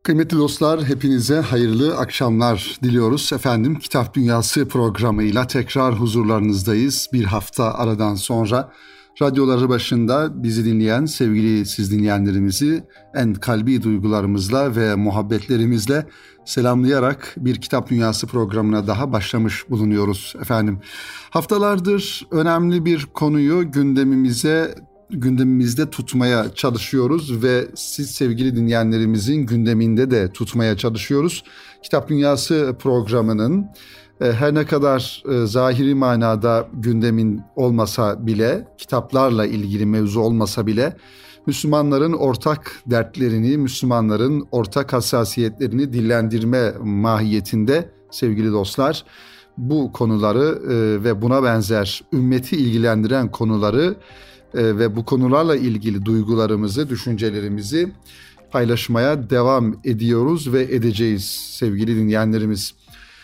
Kıymetli dostlar, hepinize hayırlı akşamlar diliyoruz. Efendim, Kitap Dünyası programıyla tekrar huzurlarınızdayız. Bir hafta aradan sonra radyoları başında bizi dinleyen sevgili siz dinleyenlerimizi en kalbi duygularımızla ve muhabbetlerimizle selamlayarak bir Kitap Dünyası programına daha başlamış bulunuyoruz efendim. Haftalardır önemli bir konuyu gündemimizde tutmaya çalışıyoruz ve siz sevgili dinleyenlerimizin gündeminde de tutmaya çalışıyoruz. Kitap Dünyası programının her ne kadar zahiri manada gündemin olmasa bile, kitaplarla ilgili mevzu olmasa bile Müslümanların ortak dertlerini, Müslümanların ortak hassasiyetlerini dillendirme mahiyetinde sevgili dostlar, bu konuları ve buna benzer ümmeti ilgilendiren konuları ve bu konularla ilgili duygularımızı, düşüncelerimizi paylaşmaya devam ediyoruz ve edeceğiz sevgili dinleyenlerimiz.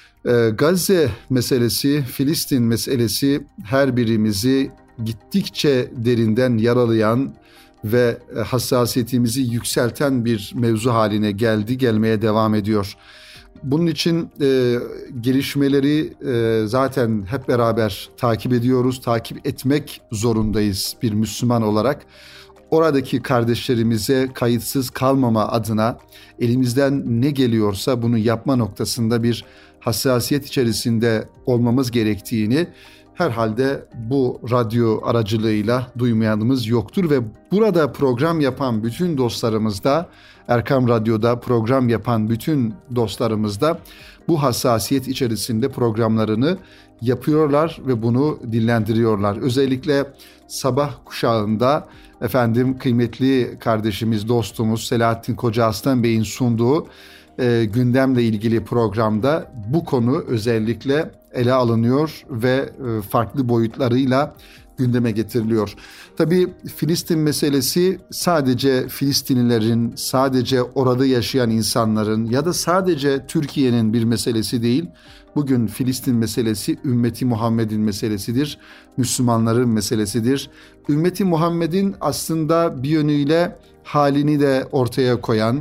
Gazze meselesi, Filistin meselesi her birimizi gittikçe derinden yaralayan ve hassasiyetimizi yükselten bir mevzu haline gelmeye devam ediyor. Bunun için gelişmeleri zaten hep beraber takip ediyoruz, takip etmek zorundayız bir Müslüman olarak. Oradaki kardeşlerimize kayıtsız kalmama adına elimizden ne geliyorsa bunu yapma noktasında bir hassasiyet içerisinde olmamız gerektiğini herhalde bu radyo aracılığıyla duymayanımız yoktur ve burada program yapan bütün dostlarımız da, Erkam Radyo'da program yapan bütün dostlarımız da bu hassasiyet içerisinde programlarını yapıyorlar ve bunu dillendiriyorlar. Özellikle sabah kuşağında efendim kıymetli kardeşimiz, dostumuz Selahattin Kocaaslan Bey'in sunduğu gündemle ilgili programda bu konu özellikle ele alınıyor ve farklı boyutlarıyla gündeme getiriliyor. Tabii Filistin meselesi sadece Filistinlilerin, sadece orada yaşayan insanların ya da sadece Türkiye'nin bir meselesi değil. Bugün Filistin meselesi ümmeti Muhammed'in meselesidir, Müslümanların meselesidir. Ümmeti Muhammed'in aslında bir yönüyle halini de ortaya koyan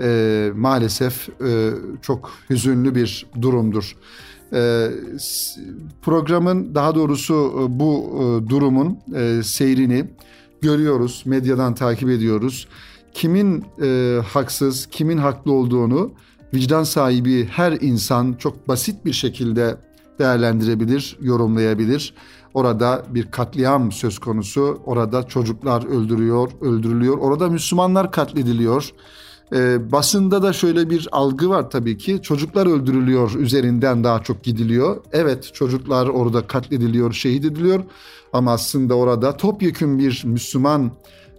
maalesef çok hüzünlü bir durumdur. Programın, daha doğrusu bu durumun seyrini görüyoruz, medyadan takip ediyoruz. Kimin haksız, kimin haklı olduğunu vicdan sahibi her insan çok basit bir şekilde değerlendirebilir, yorumlayabilir. Orada bir katliam söz konusu, orada çocuklar öldürülüyor, orada Müslümanlar katlediliyor. Basında da şöyle bir algı var tabii ki, çocuklar öldürülüyor üzerinden daha çok gidiliyor. Evet, çocuklar orada katlediliyor, şehit ediliyor ama aslında orada topyekün bir Müslüman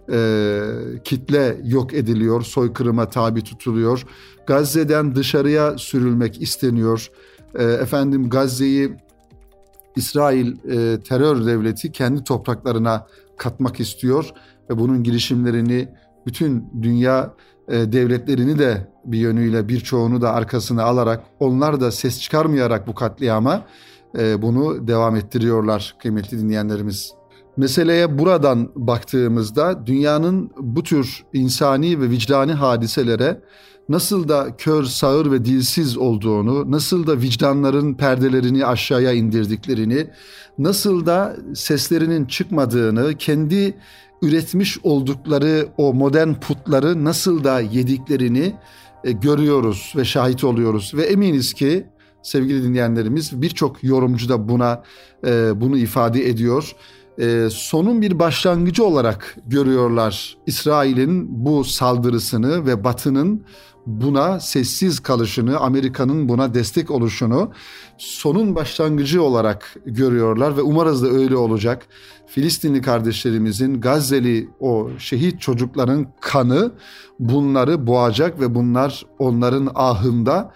kitle yok ediliyor, soykırıma tabi tutuluyor. Gazze'den dışarıya sürülmek isteniyor. Gazze'yi İsrail terör devleti kendi topraklarına katmak istiyor ve bunun girişimlerini bütün dünya devletlerini de bir yönüyle birçoğunu da arkasına alarak, onlar da ses çıkarmayarak bu katliama bunu devam ettiriyorlar kıymetli dinleyenlerimiz. Meseleye buradan baktığımızda dünyanın bu tür insani ve vicdani hadiselere nasıl da kör, sağır ve dilsiz olduğunu, nasıl da vicdanların perdelerini aşağıya indirdiklerini, nasıl da seslerinin çıkmadığını, kendi üretmiş oldukları o modern putları nasıl da yediklerini görüyoruz ve şahit oluyoruz. Ve eminiz ki sevgili dinleyenlerimiz, birçok yorumcu da bunu ifade ediyor. Sonun bir başlangıcı olarak görüyorlar İsrail'in bu saldırısını ve Batı'nın buna sessiz kalışını, Amerika'nın buna destek oluşunu sonun başlangıcı olarak görüyorlar ve umarız da öyle olacak. Filistinli kardeşlerimizin, Gazze'li o şehit çocukların kanı bunları boğacak ve bunlar onların ahında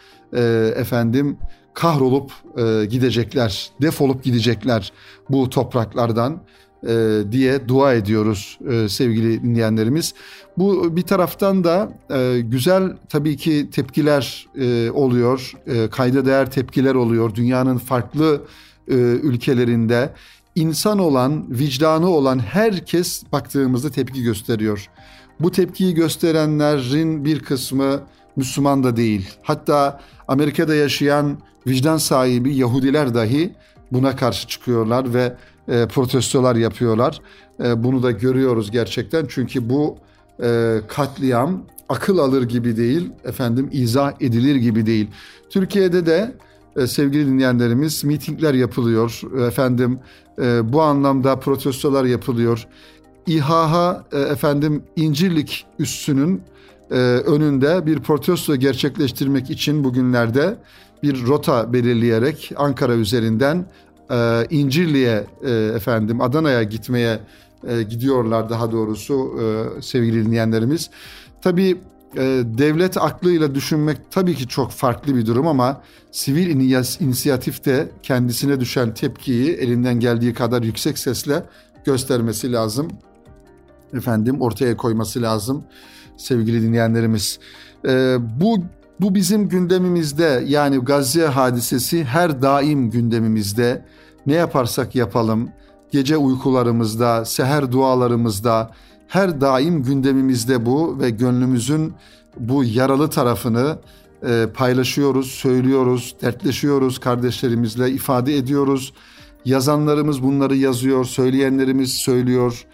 kahrolup gidecekler, defolup gidecekler bu topraklardan diye dua ediyoruz sevgili dinleyenlerimiz. Bu bir taraftan da güzel tabii ki tepkiler oluyor, kayda değer tepkiler oluyor. Dünyanın farklı ülkelerinde insan olan, vicdanı olan herkes baktığımızda tepki gösteriyor. Bu tepkiyi gösterenlerin bir kısmı Müslüman da değil. Hatta Amerika'da yaşayan vicdan sahibi Yahudiler dahi buna karşı çıkıyorlar ve protestolar yapıyorlar. Bunu da görüyoruz gerçekten. Çünkü bu katliam akıl alır gibi değil, izah edilir gibi değil. Türkiye'de de sevgili dinleyenlerimiz mitingler yapılıyor. Bu anlamda protestolar yapılıyor. İHH İncirlik üssünün önünde bir protesto gerçekleştirmek için bugünlerde bir rota belirleyerek Ankara üzerinden İncirli'ye Adana'ya gitmeye gidiyorlar daha doğrusu sevgili dinleyenlerimiz. Tabii devlet aklıyla düşünmek tabii ki çok farklı bir durum ama sivil inisiyatif de kendisine düşen tepkiyi elinden geldiği kadar yüksek sesle göstermesi lazım. Ortaya koyması lazım sevgili dinleyenlerimiz. Bu bizim gündemimizde, yani Gazze hadisesi her daim gündemimizde. Ne yaparsak yapalım, gece uykularımızda, seher dualarımızda her daim gündemimizde bu ve gönlümüzün bu yaralı tarafını paylaşıyoruz, söylüyoruz, dertleşiyoruz, kardeşlerimizle ifade ediyoruz. Yazanlarımız bunları yazıyor, söyleyenlerimiz söylüyor.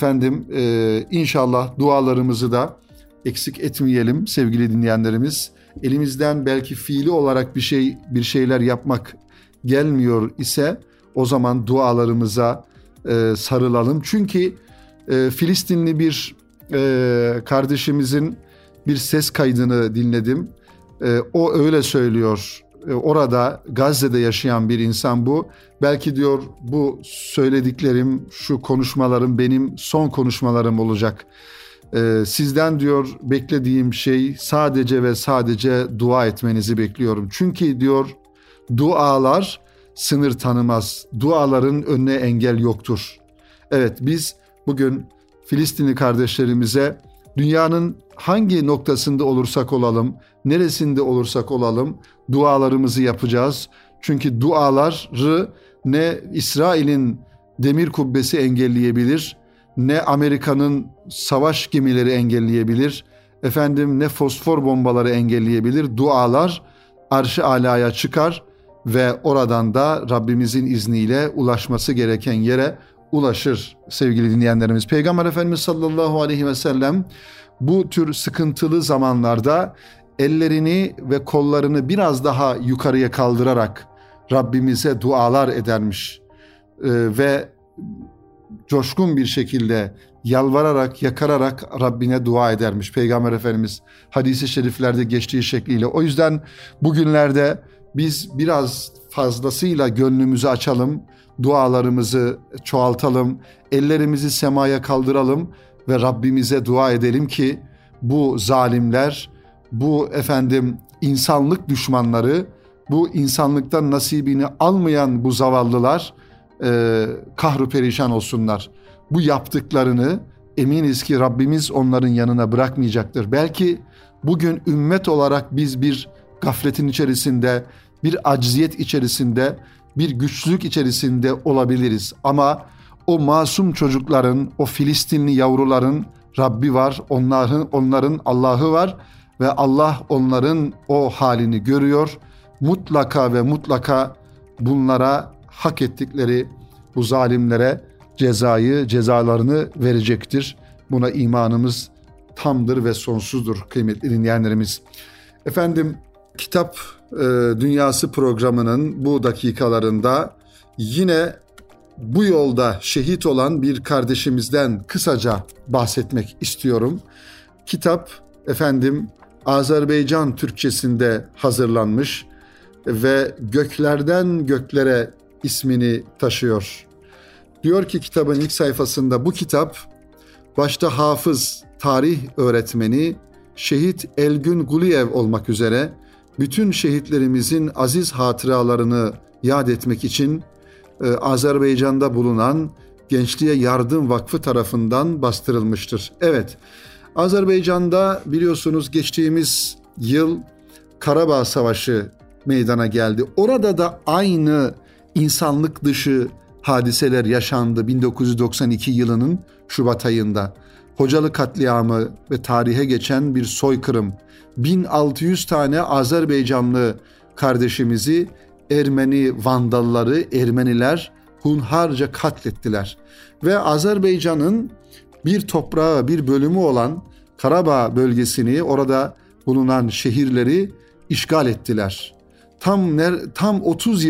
İnşallah dualarımızı da eksik etmeyelim sevgili dinleyenlerimiz. Elimizden belki fiili olarak bir şeyler yapmak gelmiyor ise o zaman dualarımıza sarılalım. Çünkü Filistinli bir kardeşimizin bir ses kaydını dinledim. O öyle söylüyor. Orada Gazze'de yaşayan bir insan bu. Belki diyor bu söylediklerim, şu konuşmalarım benim son konuşmalarım olacak. Sizden diyor beklediğim şey sadece ve sadece dua etmenizi bekliyorum. Çünkü diyor dualar sınır tanımaz. Duaların önüne engel yoktur. Evet, biz bugün Filistinli kardeşlerimize dünyanın hangi noktasında olursak olalım, neresinde olursak olalım dualarımızı yapacağız. Çünkü duaları ne İsrail'in demir kubbesi engelleyebilir, ne Amerika'nın savaş gemileri engelleyebilir, ne fosfor bombaları engelleyebilir. Dualar arş-ı alaya çıkar ve oradan da Rabbimizin izniyle ulaşması gereken yere ulaşır sevgili dinleyenlerimiz. Peygamber Efendimiz sallallahu aleyhi ve sellem bu tür sıkıntılı zamanlarda ellerini ve kollarını biraz daha yukarıya kaldırarak Rabbimize dualar edermiş ve coşkun bir şekilde yalvararak, yakararak Rabbine dua edermiş Peygamber Efendimiz hadis-i şeriflerde geçtiği şekliyle. O yüzden bugünlerde biz biraz fazlasıyla gönlümüzü açalım, dualarımızı çoğaltalım, ellerimizi semaya kaldıralım ve Rabbimize dua edelim ki bu zalimler, bu insanlık düşmanları, bu insanlıktan nasibini almayan bu zavallılar kahru perişan olsunlar. Bu yaptıklarını eminiz ki Rabbimiz onların yanına bırakmayacaktır. Belki bugün ümmet olarak biz bir gafletin içerisinde, bir acziyet içerisinde, bir güçlülük içerisinde olabiliriz. Ama o masum çocukların, o Filistinli yavruların Rabbi var, onların Allah'ı var ve Allah onların o halini görüyor. Mutlaka ve mutlaka bunlara hak ettikleri bu zalimlere cezalarını verecektir. Buna imanımız tamdır ve sonsuzdur kıymetli dinleyenlerimiz. Kitap Dünyası programının bu dakikalarında yine bu yolda şehit olan bir kardeşimizden kısaca bahsetmek istiyorum. Kitap Azerbaycan Türkçesinde hazırlanmış ve Göklerden Göklere ismini taşıyor. Diyor ki kitabın ilk sayfasında, bu kitap başta hafız, tarih öğretmeni Şehit Elgün Guliyev olmak üzere bütün şehitlerimizin aziz hatıralarını yad etmek için Azerbaycan'da bulunan Gençliğe Yardım Vakfı tarafından bastırılmıştır. Evet, Azerbaycan'da biliyorsunuz geçtiğimiz yıl Karabağ Savaşı meydana geldi. Orada da aynı insanlık dışı hadiseler yaşandı 1992 yılının Şubat ayında. Hocalı katliamı ve tarihe geçen bir soykırım. 1600 tane Azerbaycanlı kardeşimizi Ermeni vandalları, Ermeniler hunharca katlettiler. Ve Azerbaycan'ın bir toprağı, bir bölümü olan Karabağ bölgesini, orada bulunan şehirleri işgal ettiler. Tam 30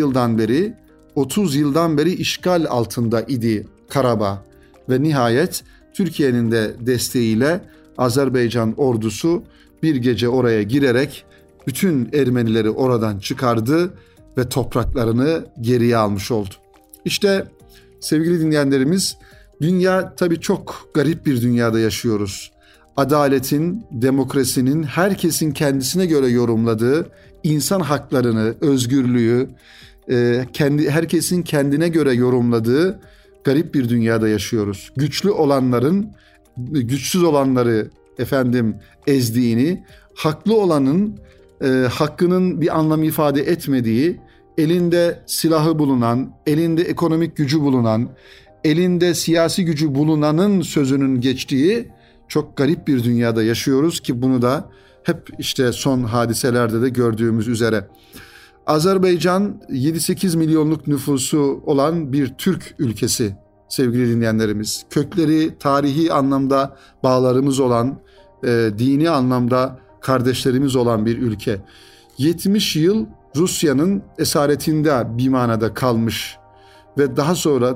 yıldan beri işgal altında idi Karabağ ve nihayet Türkiye'nin de desteğiyle Azerbaycan ordusu bir gece oraya girerek bütün Ermenileri oradan çıkardı ve topraklarını geriye almış oldu. İşte sevgili dinleyenlerimiz, dünya tabii çok garip bir dünyada yaşıyoruz. Adaletin, demokrasinin, herkesin kendisine göre yorumladığı insan haklarını, özgürlüğü, herkesin kendine göre yorumladığı garip bir dünyada yaşıyoruz. Güçlü olanların güçsüz olanları ezdiğini, haklı olanın hakkının bir anlam ifade etmediği, elinde silahı bulunan, elinde ekonomik gücü bulunan, elinde siyasi gücü bulunanın sözünün geçtiği çok garip bir dünyada yaşıyoruz ki bunu da hep işte son hadiselerde de gördüğümüz üzere. Azerbaycan 7-8 milyonluk nüfusu olan bir Türk ülkesi sevgili dinleyenlerimiz. Kökleri tarihi anlamda bağlarımız olan, dini anlamda kardeşlerimiz olan bir ülke. 70 yıl Rusya'nın esaretinde bir manada kalmış ve daha sonra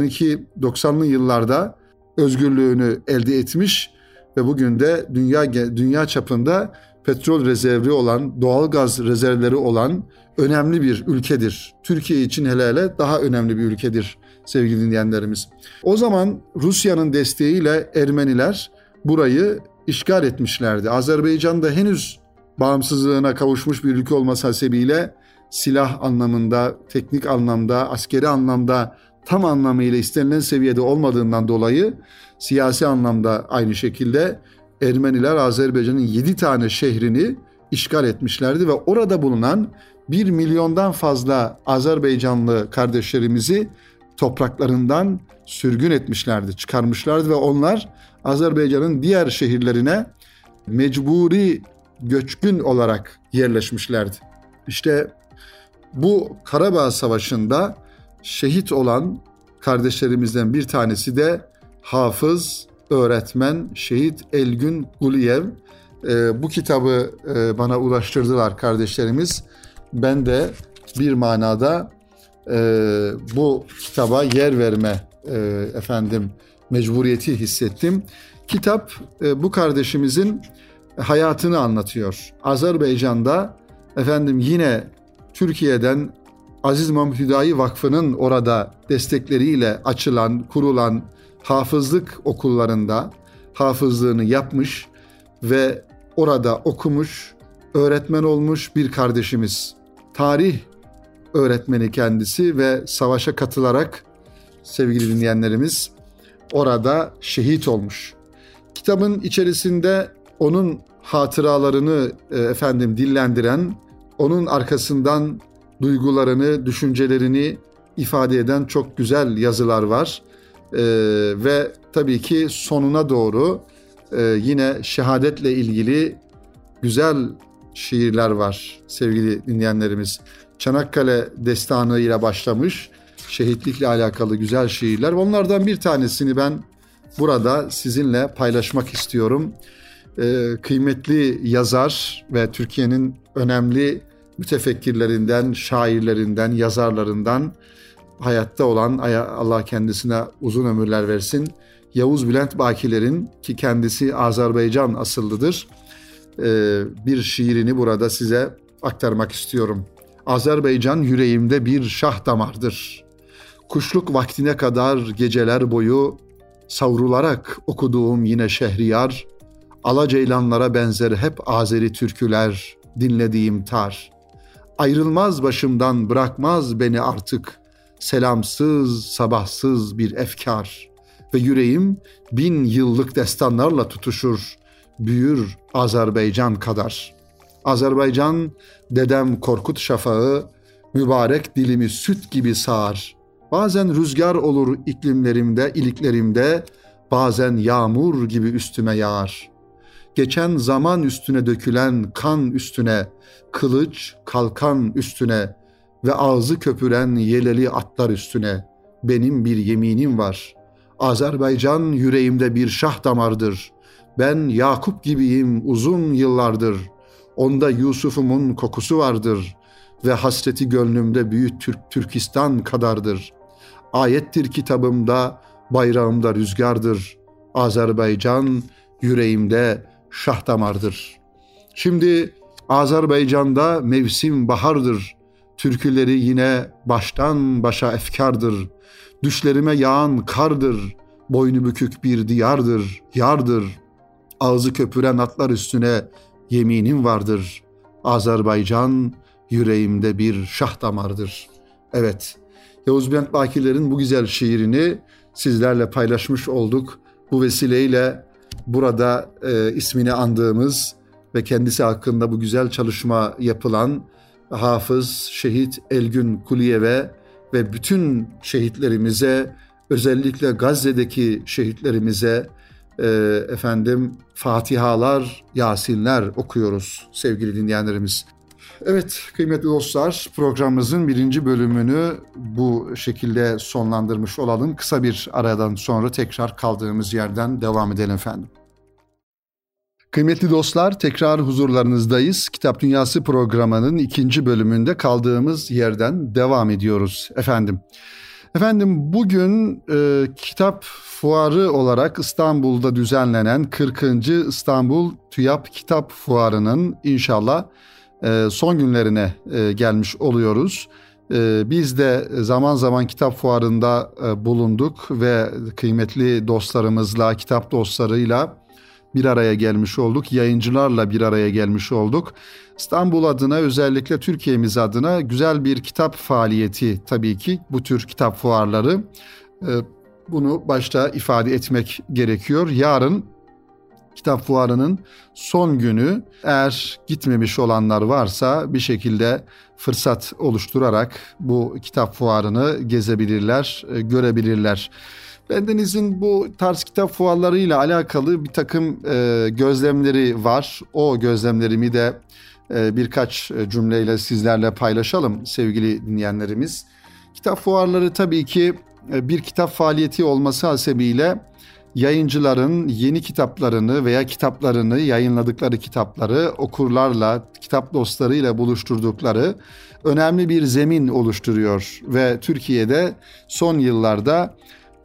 90'lı yıllarda özgürlüğünü elde etmiş ve bugün de dünya çapında petrol rezervi olan, doğalgaz rezervleri olan önemli bir ülkedir. Türkiye için hele daha önemli bir ülkedir sevgili dinleyenlerimiz. O zaman Rusya'nın desteğiyle Ermeniler burayı işgal etmişlerdi. Azerbaycan da henüz bağımsızlığına kavuşmuş bir ülke olması hasebiyle silah anlamında, teknik anlamda, askeri anlamda tam anlamıyla istenilen seviyede olmadığından dolayı siyasi anlamda aynı şekilde Ermeniler Azerbaycan'ın 7 tane şehrini işgal etmişlerdi ve orada bulunan 1 milyondan fazla Azerbaycanlı kardeşlerimizi topraklarından sürgün etmişlerdi, çıkarmışlardı ve onlar Azerbaycan'ın diğer şehirlerine mecburi göçkün olarak yerleşmişlerdi. İşte bu Karabağ Savaşı'nda şehit olan kardeşlerimizden bir tanesi de hafız, öğretmen Şehit Elgün Guliyev. Bu kitabı bana ulaştırdılar kardeşlerimiz. Ben de bir manada bu kitaba yer verme mecburiyeti hissettim. Kitap bu kardeşimizin hayatını anlatıyor. Azerbaycan'da yine Türkiye'den Aziz Mahmut Hüdayi Vakfı'nın orada destekleriyle açılan, kurulan hafızlık okullarında hafızlığını yapmış ve orada okumuş, öğretmen olmuş bir kardeşimiz. Tarih öğretmeni kendisi ve savaşa katılarak sevgili dinleyenlerimiz orada şehit olmuş. Kitabın içerisinde onun hatıralarını dillendiren, onun arkasından duygularını, düşüncelerini ifade eden çok güzel yazılar var. Ve tabii ki sonuna doğru yine şehadetle ilgili güzel şiirler var sevgili dinleyenlerimiz. Çanakkale Destanı ile başlamış şehitlikle alakalı güzel şiirler. Onlardan bir tanesini ben burada sizinle paylaşmak istiyorum. Kıymetli yazar ve Türkiye'nin önemli mütefekkirlerinden, şairlerinden, yazarlarından hayatta olan, Allah kendisine uzun ömürler versin, Yavuz Bülent Bakiler'in, ki kendisi Azerbaycan asıllıdır, bir şiirini burada size aktarmak istiyorum. Azerbaycan yüreğimde bir şah damardır. Kuşluk vaktine kadar geceler boyu savrularak okuduğum yine Şehriyar, Alaceylanlara benzer hep Azeri türküler, dinlediğim tar. Ayrılmaz başımdan, bırakmaz beni artık selamsız, sabahsız bir efkar. Ve yüreğim 1000 yıllık destanlarla tutuşur, büyür Azerbaycan kadar. Azerbaycan dedem Korkut şafağı, mübarek dilimi süt gibi sağar. Bazen rüzgar olur iklimlerimde, iliklerimde, bazen yağmur gibi üstüme yağar. Geçen zaman üstüne dökülen kan üstüne, kılıç, kalkan üstüne ve ağzı köpüren yeleli atlar üstüne benim bir yeminim var. Azerbaycan yüreğimde bir şah damardır. Ben Yakup gibiyim uzun yıllardır. Onda Yusuf'umun kokusu vardır ve hasreti gönlümde büyük Türkistan kadardır. Ayettir kitabımda, bayrağımda rüzgardır. Azerbaycan yüreğimde şah damardır. Şimdi Azerbaycan'da mevsim bahardır. Türküleri yine baştan başa efkardır. Düşlerime yağan kardır. Boynu bükük bir diyardır, yardır. Ağzı köpüren atlar üstüne yeminim vardır. Azerbaycan yüreğimde bir şah damardır. Evet, Yavuz Bülent Bakiler'in bu güzel şiirini sizlerle paylaşmış olduk. Bu vesileyle burada ismini andığımız ve kendisi hakkında bu güzel çalışma yapılan Hafız Şehit Elgün Kuliyev'e ve bütün şehitlerimize, özellikle Gazze'deki şehitlerimize Fatihalar, Yasinler okuyoruz sevgili dinleyenlerimiz. Evet kıymetli dostlar, programımızın 1. bölümünü bu şekilde sonlandırmış olalım. Kısa bir aradan sonra tekrar kaldığımız yerden devam edelim efendim. Kıymetli dostlar, tekrar huzurlarınızdayız. Kitap Dünyası programının 2. bölümünde kaldığımız yerden devam ediyoruz efendim. Efendim bugün kitap fuarı olarak İstanbul'da düzenlenen 40. İstanbul TÜYAP Kitap Fuarı'nın inşallah son günlerine gelmiş oluyoruz. Biz de zaman zaman kitap fuarında bulunduk ve kıymetli dostlarımızla, kitap dostlarıyla bir araya gelmiş olduk. Yayıncılarla bir araya gelmiş olduk. İstanbul adına, özellikle Türkiye'miz adına güzel bir kitap faaliyeti tabii ki bu tür kitap fuarları. Bunu başta ifade etmek gerekiyor. Yarın kitap fuarının son günü, eğer gitmemiş olanlar varsa bir şekilde fırsat oluşturarak bu kitap fuarını gezebilirler, görebilirler. Bendenizin bu tarz kitap fuarlarıyla alakalı bir takım gözlemleri var. O gözlemlerimi de birkaç cümleyle sizlerle paylaşalım sevgili dinleyenlerimiz. Kitap fuarları tabii ki bir kitap faaliyeti olması hasebiyle yayıncıların yeni kitaplarını veya kitaplarını, yayınladıkları kitapları okurlarla, kitap dostlarıyla buluşturdukları önemli bir zemin oluşturuyor. Ve Türkiye'de son yıllarda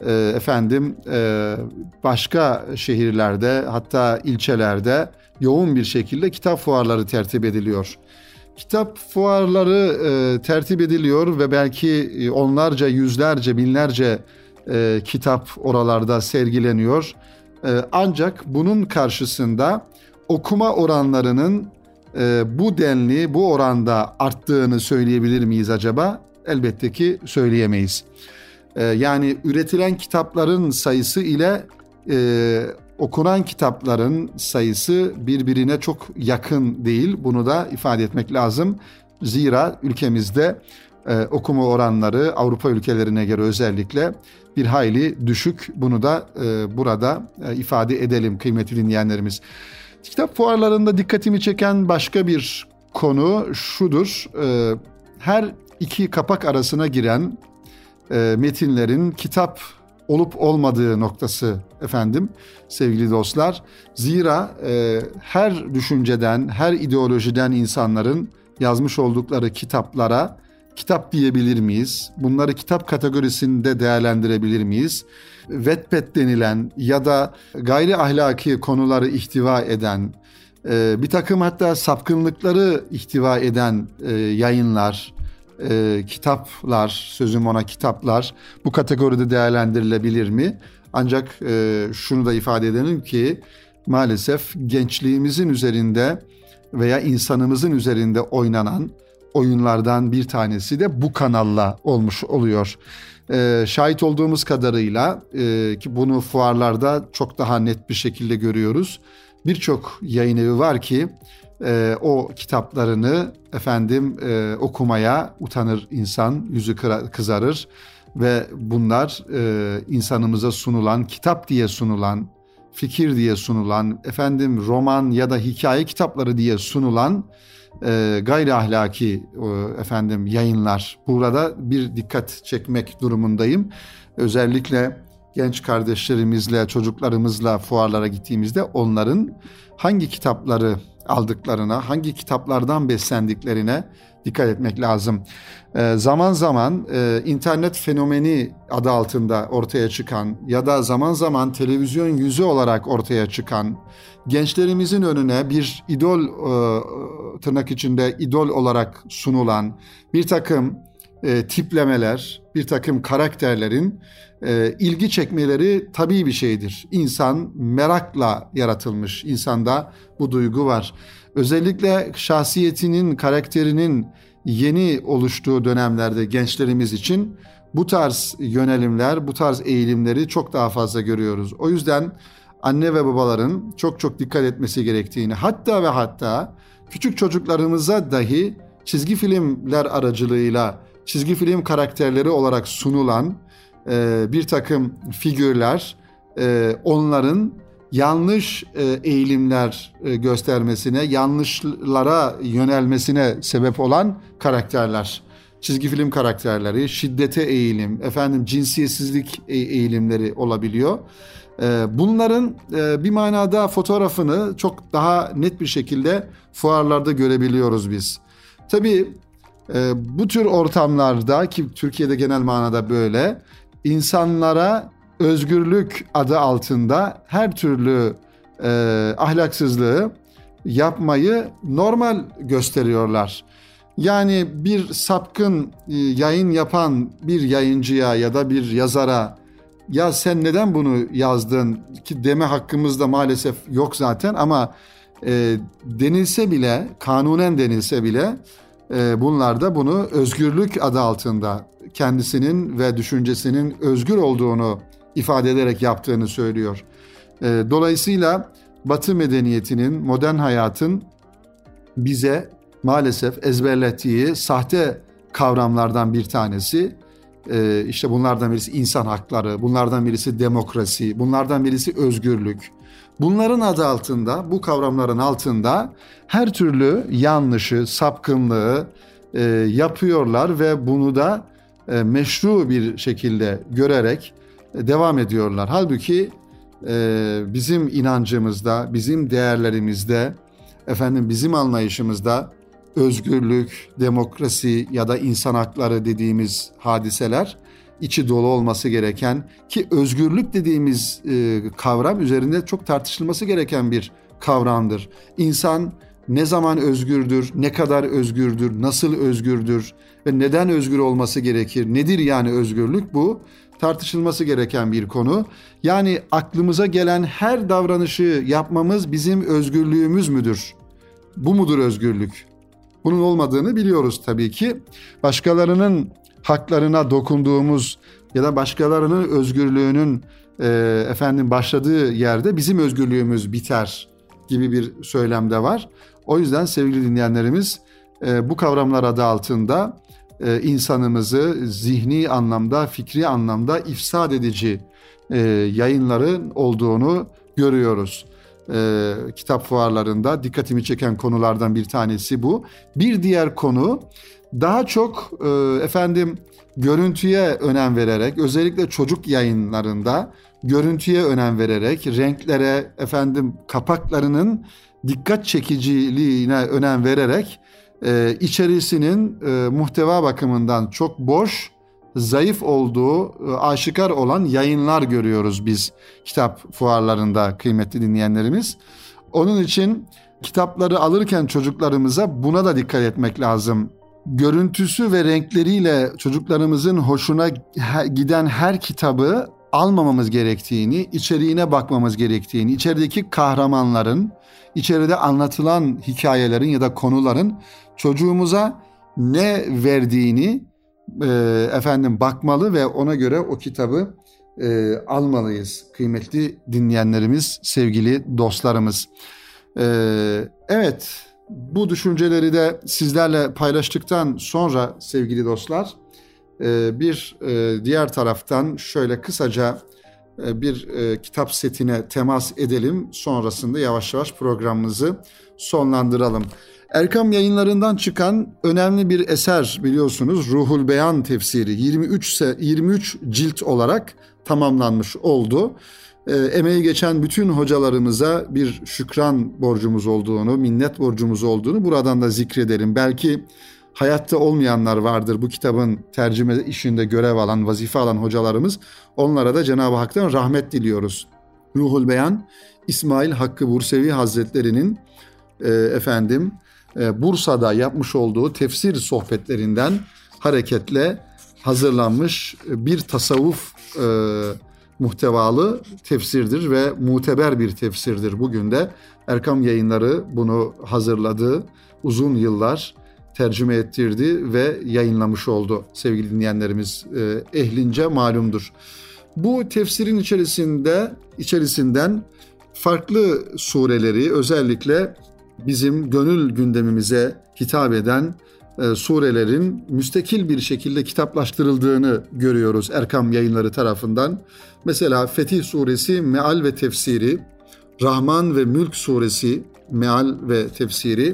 başka şehirlerde, hatta ilçelerde yoğun bir şekilde kitap fuarları tertip ediliyor. Kitap fuarları tertip ediliyor ve belki onlarca, yüzlerce, binlerce kitap oralarda sergileniyor. Ancak bunun karşısında okuma oranlarının bu denli, bu oranda arttığını söyleyebilir miyiz acaba? Elbette ki söyleyemeyiz. Yani üretilen kitapların sayısı ile okunan kitapların sayısı birbirine çok yakın değil. Bunu da ifade etmek lazım. Zira ülkemizde okuma oranları Avrupa ülkelerine göre özellikle bir hayli düşük. Bunu da burada ifade edelim kıymetli dinleyenlerimiz. Kitap fuarlarında dikkatimi çeken başka bir konu şudur. Her iki kapak arasına giren metinlerin kitap olup olmadığı noktası efendim sevgili dostlar. Zira her düşünceden, her ideolojiden insanların yazmış oldukları kitaplara kitap diyebilir miyiz? Bunları kitap kategorisinde değerlendirebilir miyiz? Wattpad denilen ya da gayri ahlaki konuları ihtiva eden, bir takım hatta sapkınlıkları ihtiva eden yayınlar, kitaplar, sözüm ona kitaplar bu kategoride değerlendirilebilir mi? Ancak şunu da ifade edelim ki maalesef gençliğimizin üzerinde veya insanımızın üzerinde oynanan oyunlardan bir tanesi de bu kanalla olmuş oluyor. Şahit olduğumuz kadarıyla ki bunu fuarlarda çok daha net bir şekilde görüyoruz. Birçok yayın evi var ki o kitaplarını okumaya utanır insan, yüzü kızarır. Ve bunlar insanımıza sunulan, kitap diye sunulan, fikir diye sunulan, roman ya da hikaye kitapları diye sunulan gayri ahlaki yayınlar. Burada bir dikkat çekmek durumundayım. Özellikle genç kardeşlerimizle, çocuklarımızla fuarlara gittiğimizde onların hangi kitapları aldıklarına, hangi kitaplardan beslendiklerine dikkat etmek lazım. Zaman zaman internet fenomeni adı altında ortaya çıkan ya da zaman zaman televizyon yüzü olarak ortaya çıkan, gençlerimizin önüne bir idol, tırnak içinde idol olarak sunulan bir takım tiplemeler, bir takım karakterlerin ilgi çekmeleri tabii bir şeydir. İnsan merakla yaratılmış, insanda bu duygu var. Özellikle şahsiyetinin, karakterinin yeni oluştuğu dönemlerde gençlerimiz için bu tarz yönelimler, bu tarz eğilimleri çok daha fazla görüyoruz. O yüzden anne ve babaların çok çok dikkat etmesi gerektiğini, hatta ve hatta küçük çocuklarımıza dahi çizgi filmler aracılığıyla çizgi film karakterleri olarak sunulan bir takım figürler, onların yanlış eğilimler göstermesine, yanlışlara yönelmesine sebep olan karakterler. Çizgi film karakterleri, şiddete eğilim, cinsiyetsizlik eğilimleri olabiliyor. Bunların bir manada fotoğrafını çok daha net bir şekilde fuarlarda görebiliyoruz biz. Tabii bu tür ortamlarda, ki Türkiye'de genel manada böyle, insanlara özgürlük adı altında her türlü ahlaksızlığı yapmayı normal gösteriyorlar. Yani bir sapkın yayın yapan bir yayıncıya ya da bir yazara "ya sen neden bunu yazdın" ki deme hakkımız da maalesef yok zaten, ama denilse bile, kanunen denilse bile bunlar da bunu özgürlük adı altında kendisinin ve düşüncesinin özgür olduğunu ifade ederek yaptığını söylüyor. Dolayısıyla Batı medeniyetinin, modern hayatın bize maalesef ezberlettiği sahte kavramlardan bir tanesi, işte bunlardan birisi insan hakları, bunlardan birisi demokrasi, bunlardan birisi özgürlük. Bunların adı altında, bu kavramların altında her türlü yanlışı, sapkınlığı yapıyorlar ve bunu da meşru bir şekilde görerek devam ediyorlar. Halbuki bizim inancımızda, bizim değerlerimizde, bizim anlayışımızda özgürlük, demokrasi ya da insan hakları dediğimiz hadiseler içi dolu olması gereken, ki özgürlük dediğimiz kavram üzerinde çok tartışılması gereken bir kavramdır. İnsan ne zaman özgürdür, ne kadar özgürdür, nasıl özgürdür ve neden özgür olması gerekir? Nedir yani özgürlük? Bu tartışılması gereken bir konu. Yani aklımıza gelen her davranışı yapmamız bizim özgürlüğümüz müdür? Bu mudur özgürlük? Bunun olmadığını biliyoruz tabii ki. Başkalarının haklarına dokunduğumuz ya da başkalarının özgürlüğünün başladığı yerde bizim özgürlüğümüz biter gibi bir söylem de var. O yüzden sevgili dinleyenlerimiz, bu kavramlar adı altında insanımızı zihni anlamda, fikri anlamda ifsad edici yayınların olduğunu görüyoruz. Kitap fuarlarında dikkatimi çeken konulardan bir tanesi bu. Bir diğer konu, daha çok görüntüye önem vererek, özellikle çocuk yayınlarında görüntüye önem vererek, renklere, kapaklarının dikkat çekiciliğine önem vererek içerisinin muhteva bakımından çok boş, zayıf olduğu aşikar olan yayınlar görüyoruz biz kitap fuarlarında, kıymetli dinleyenlerimiz. Onun için kitapları alırken çocuklarımıza buna da dikkat etmek lazım. Görüntüsü ve renkleriyle çocuklarımızın hoşuna giden her kitabı almamamız gerektiğini, içeriğine bakmamız gerektiğini, içerideki kahramanların, içeride anlatılan hikayelerin ya da konuların çocuğumuza ne verdiğini bakmalı ve ona göre o kitabı almalıyız. Kıymetli dinleyenlerimiz, sevgili dostlarımız. Evet, bu düşünceleri de sizlerle paylaştıktan sonra sevgili dostlar, Bir diğer taraftan şöyle kısaca bir kitap setine temas edelim. Sonrasında yavaş yavaş programımızı sonlandıralım. Erkam Yayınları'ndan çıkan önemli bir eser biliyorsunuz, Ruhul Beyan tefsiri 23 cilt olarak tamamlanmış oldu. Emeği geçen bütün hocalarımıza bir şükran borcumuz olduğunu, minnet borcumuz olduğunu buradan da zikredelim. Belki hayatta olmayanlar vardır bu kitabın tercüme işinde görev alan, vazife alan hocalarımız. Onlara da Cenab-ı Hak'tan rahmet diliyoruz. Ruhul Beyan, İsmail Hakkı Bursevi Hazretleri'nin Bursa'da yapmış olduğu tefsir sohbetlerinden hareketle hazırlanmış bir tasavvuf muhtevalı tefsirdir ve muteber bir tefsirdir. Bugün de Erkam Yayınları bunu hazırladı, uzun yıllar tercüme ettirdi ve yayınlamış oldu. Sevgili dinleyenlerimiz, ehlince malumdur. Bu tefsirin içerisinden farklı sureleri, özellikle bizim gönül gündemimize hitap eden surelerin müstakil bir şekilde kitaplaştırıldığını görüyoruz Erkam Yayınları tarafından. Mesela Fetih Suresi meal ve tefsiri, Rahman ve Mülk Suresi meal ve tefsiri,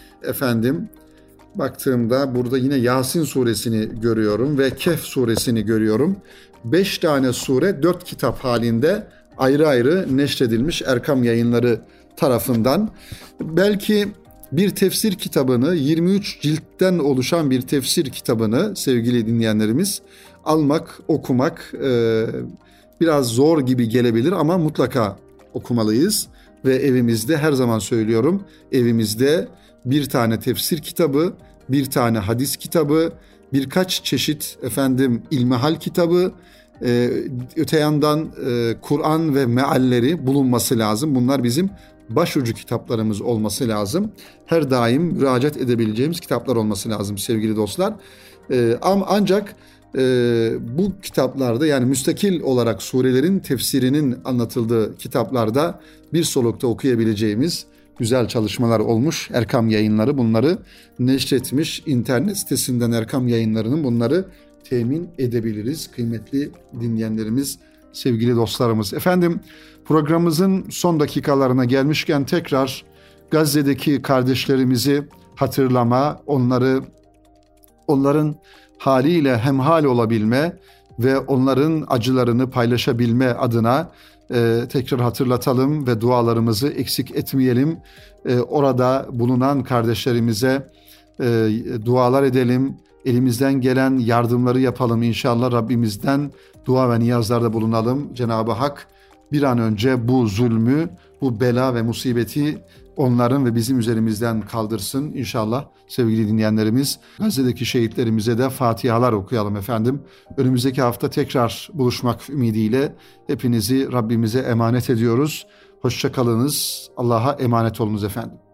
baktığımda burada yine Yasin Suresini görüyorum ve Kehf Suresini görüyorum. 5 tane sure 4 kitap halinde ayrı ayrı neşredilmiş Erkam Yayınları tarafından. Belki bir tefsir kitabını, 23 ciltten oluşan bir tefsir kitabını sevgili dinleyenlerimiz almak, okumak biraz zor gibi gelebilir ama mutlaka okumalıyız. Ve evimizde, her zaman söylüyorum, evimizde bir tane tefsir kitabı, bir tane hadis kitabı, birkaç çeşit ilmihal kitabı, öte yandan Kur'an ve mealleri bulunması lazım. Bunlar bizim başucu kitaplarımız olması lazım. Her daim müracaat edebileceğimiz kitaplar olması lazım sevgili dostlar. Ancak bu kitaplarda, yani müstakil olarak surelerin tefsirinin anlatıldığı kitaplarda bir solukta okuyabileceğimiz güzel çalışmalar olmuş. Erkam Yayınları bunları neşretmiş. İnternet sitesinden Erkam Yayınları'nın bunları temin edebiliriz. Kıymetli dinleyenlerimiz, sevgili dostlarımız. Programımızın son dakikalarına gelmişken tekrar Gazze'deki kardeşlerimizi hatırlama, onların haliyle hemhal olabilme ve onların acılarını paylaşabilme adına tekrar hatırlatalım ve dualarımızı eksik etmeyelim. Orada bulunan kardeşlerimize dualar edelim. Elimizden gelen yardımları yapalım. İnşallah Rabbimizden dua ve niyazlarda bulunalım. Cenab-ı Hak bir an önce bu zulmü, bu bela ve musibeti onların ve bizim üzerimizden kaldırsın. İnşallah sevgili dinleyenlerimiz, Gazze'deki şehitlerimize de fatihalar okuyalım efendim. Önümüzdeki hafta tekrar buluşmak ümidiyle hepinizi Rabbimize emanet ediyoruz. Hoşça kalınız. Allah'a emanet olunuz efendim.